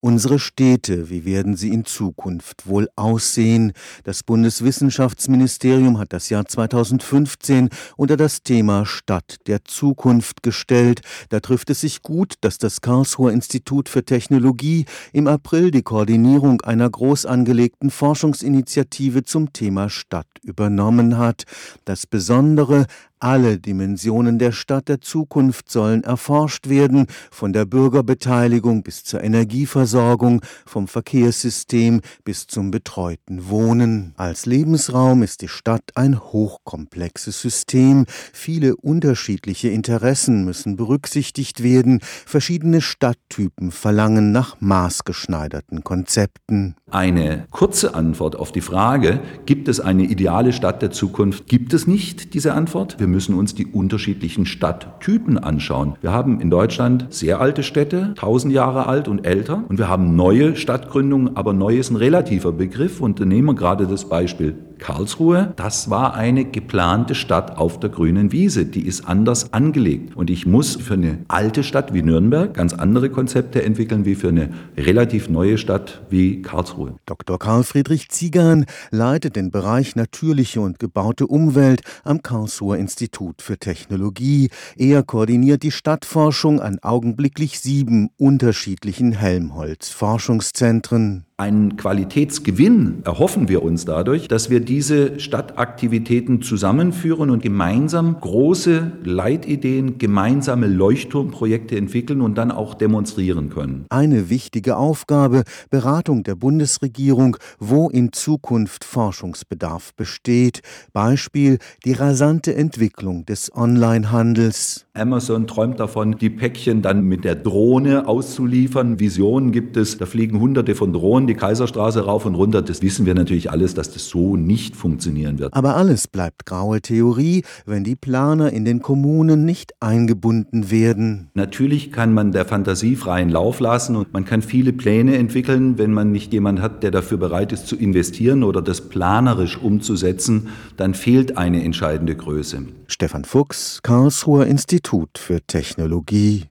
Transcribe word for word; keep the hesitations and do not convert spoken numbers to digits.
Unsere Städte, wie werden sie in Zukunft wohl aussehen? Das Bundeswissenschaftsministerium hat das Jahr zweitausendfünfzehn unter das Thema Stadt der Zukunft gestellt. Da trifft es sich gut, dass das Karlsruher Institut für Technologie im April die Koordinierung einer groß angelegten Forschungsinitiative zum Thema Stadt übernommen hat. Das Besondere: alle Dimensionen der Stadt der Zukunft sollen erforscht werden, von der Bürgerbeteiligung bis zur Energieversorgung, vom Verkehrssystem bis zum betreuten Wohnen. Als Lebensraum ist die Stadt ein hochkomplexes System. Viele unterschiedliche Interessen müssen berücksichtigt werden. Verschiedene Stadttypen verlangen nach maßgeschneiderten Konzepten. Eine kurze Antwort auf die Frage, gibt es eine ideale Stadt der Zukunft, gibt es nicht diese Antwort. Wir müssen uns die unterschiedlichen Stadttypen anschauen. Wir haben in Deutschland sehr alte Städte, tausend Jahre alt und älter. Und wir haben neue Stadtgründungen, aber neu ist ein relativer Begriff. Und dann nehmen wir gerade das Beispiel Karlsruhe. Das war eine geplante Stadt auf der grünen Wiese. Die ist anders angelegt. Und ich muss für eine alte Stadt wie Nürnberg ganz andere Konzepte entwickeln wie für eine relativ neue Stadt wie Karlsruhe. Doktor Karl Friedrich Ziegern leitet den Bereich natürliche und gebaute Umwelt am Karlsruher Institut für Technologie. Er koordiniert die Stadtforschung an augenblicklich sieben unterschiedlichen Helmholtz-Forschungszentren. Einen Qualitätsgewinn erhoffen wir uns dadurch, dass wir diese Stadtaktivitäten zusammenführen und gemeinsam große Leitideen, gemeinsame Leuchtturmprojekte entwickeln und dann auch demonstrieren können. Eine wichtige Aufgabe: Beratung der Bundesregierung, wo in Zukunft Forschungsbedarf besteht. Beispiel: die rasante Entwicklung des Onlinehandels. Amazon träumt davon, die Päckchen dann mit der Drohne auszuliefern. Visionen gibt es, da fliegen hunderte von Drohnen die Kaiserstraße rauf und runter. Das wissen wir natürlich alles, dass das so nicht funktionieren wird. Aber alles bleibt graue Theorie, wenn die Planer in den Kommunen nicht eingebunden werden. Natürlich kann man der Fantasie freien Lauf lassen und man kann viele Pläne entwickeln, wenn man nicht jemand hat, der dafür bereit ist zu investieren oder das planerisch umzusetzen, dann fehlt eine entscheidende Größe. Stefan Fuchs, Karlsruher Institut für Technologie.